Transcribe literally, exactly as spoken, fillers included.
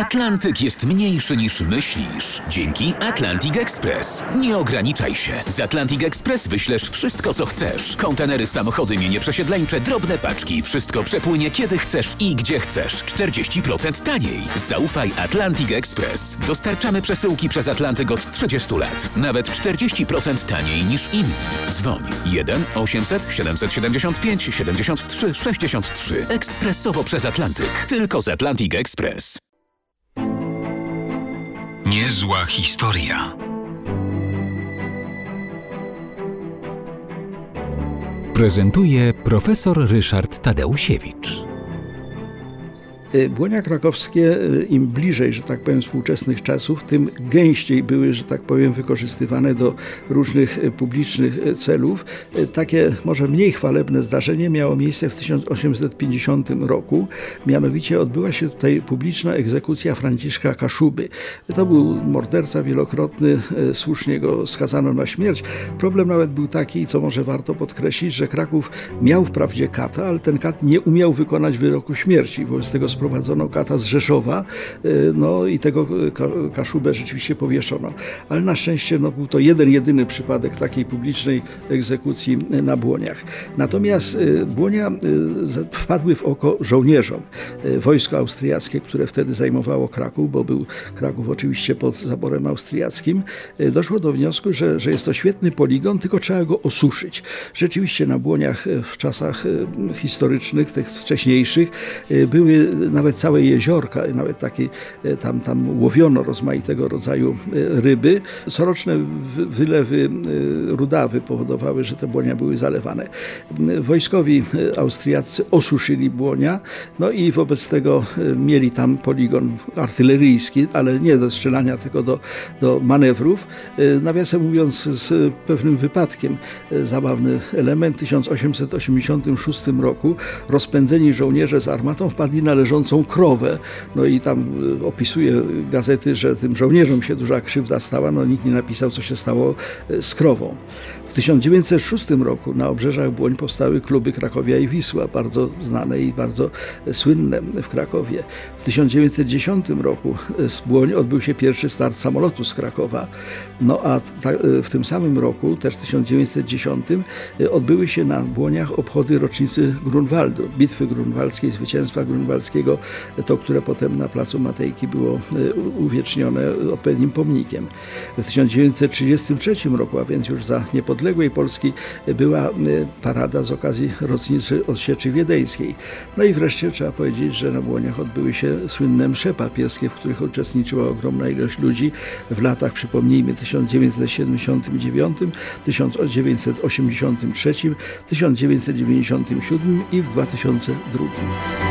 Atlantyk jest mniejszy niż myślisz. Dzięki Atlantic Express. Nie ograniczaj się. Z Atlantic Express wyślesz wszystko, co chcesz. Kontenery, samochody, mienie przesiedleńcze, drobne paczki. Wszystko przepłynie kiedy chcesz i gdzie chcesz. czterdzieści procent taniej. Zaufaj Atlantic Express. Dostarczamy przesyłki przez Atlantyk od trzydziestu lat. Nawet czterdzieści procent taniej niż inni. Dzwoń jeden osiemset siedemset siedemdziesiąt pięć siedemdziesiąt trzy sześćdziesiąt trzy. Ekspresowo przez Atlantyk. Tylko z Atlantic Express. Niezła historia. Prezentuje profesor Ryszard Tadeusiewicz. Błonia krakowskie im bliżej, że tak powiem, współczesnych czasów, tym gęściej były, że tak powiem, wykorzystywane do różnych publicznych celów. Takie może mniej chwalebne zdarzenie miało miejsce w tysiąc osiemset pięćdziesiątym roku. Mianowicie odbyła się tutaj publiczna egzekucja Franciszka Kaszuby. To był morderca wielokrotny, słusznie go skazano na śmierć. Problem nawet był taki, co może warto podkreślić, że Kraków miał wprawdzie kata, ale ten kat nie umiał wykonać wyroku śmierci. Wobec tego sprowadzono kata z Rzeszowa, no i tego Kaszubę rzeczywiście powieszono. Ale na szczęście no, był to jeden, jedyny przypadek takiej publicznej egzekucji na Błoniach. Natomiast Błonia wpadły w oko żołnierzom. Wojsko austriackie, które wtedy zajmowało Kraków, bo był Kraków oczywiście pod zaborem austriackim, doszło do wniosku, że, że jest to świetny poligon, tylko trzeba go osuszyć. Rzeczywiście na Błoniach w czasach historycznych, tych wcześniejszych, były nawet całe jeziorka, nawet takie tam, tam łowiono rozmaitego rodzaju ryby. Coroczne wylewy rudawy powodowały, że te Błonia były zalewane. Wojskowi austriaccy osuszyli Błonia, no i wobec tego mieli tam poligon artyleryjski, ale nie do strzelania, tylko do, do manewrów. Nawiasem mówiąc, z pewnym wypadkiem, zabawny element, w tysiąc osiemset osiemdziesiątym szóstym roku rozpędzeni żołnierze z armatą wpadli na leżącą krowę. No i tam opisuje gazety, że tym żołnierzom się duża krzywda stała, no nikt nie napisał, co się stało z krową. W tysiąc dziewięćset szóstym roku na obrzeżach Błoń powstały kluby Krakowia i Wisła, bardzo znane i bardzo słynne w Krakowie. W tysiąc dziewięćset dziesiątym roku z Błoń odbył się pierwszy start samolotu z Krakowa. No a ta, w tym samym roku, też w tysiąc dziewięćset dziesiątym, odbyły się na Błoniach obchody rocznicy Grunwaldu, bitwy grunwaldzkiej, zwycięstwa grunwaldzkiego, to, które potem na Placu Matejki było uwiecznione odpowiednim pomnikiem. W tysiąc dziewięćset trzydziestym trzecim roku, a więc już za niepodległej Polski, była parada z okazji rocznicy odsieczy wiedeńskiej. No i wreszcie trzeba powiedzieć, że na Błoniach odbyły się słynne msze papieskie, w których uczestniczyła ogromna ilość ludzi w latach, przypomnijmy, tysiąc dziewięćset siedemdziesiątym dziewiątym, tysiąc dziewięćset osiemdziesiątym trzecim, tysiąc dziewięćset dziewięćdziesiątym siódmym i w dwa tysiące drugim.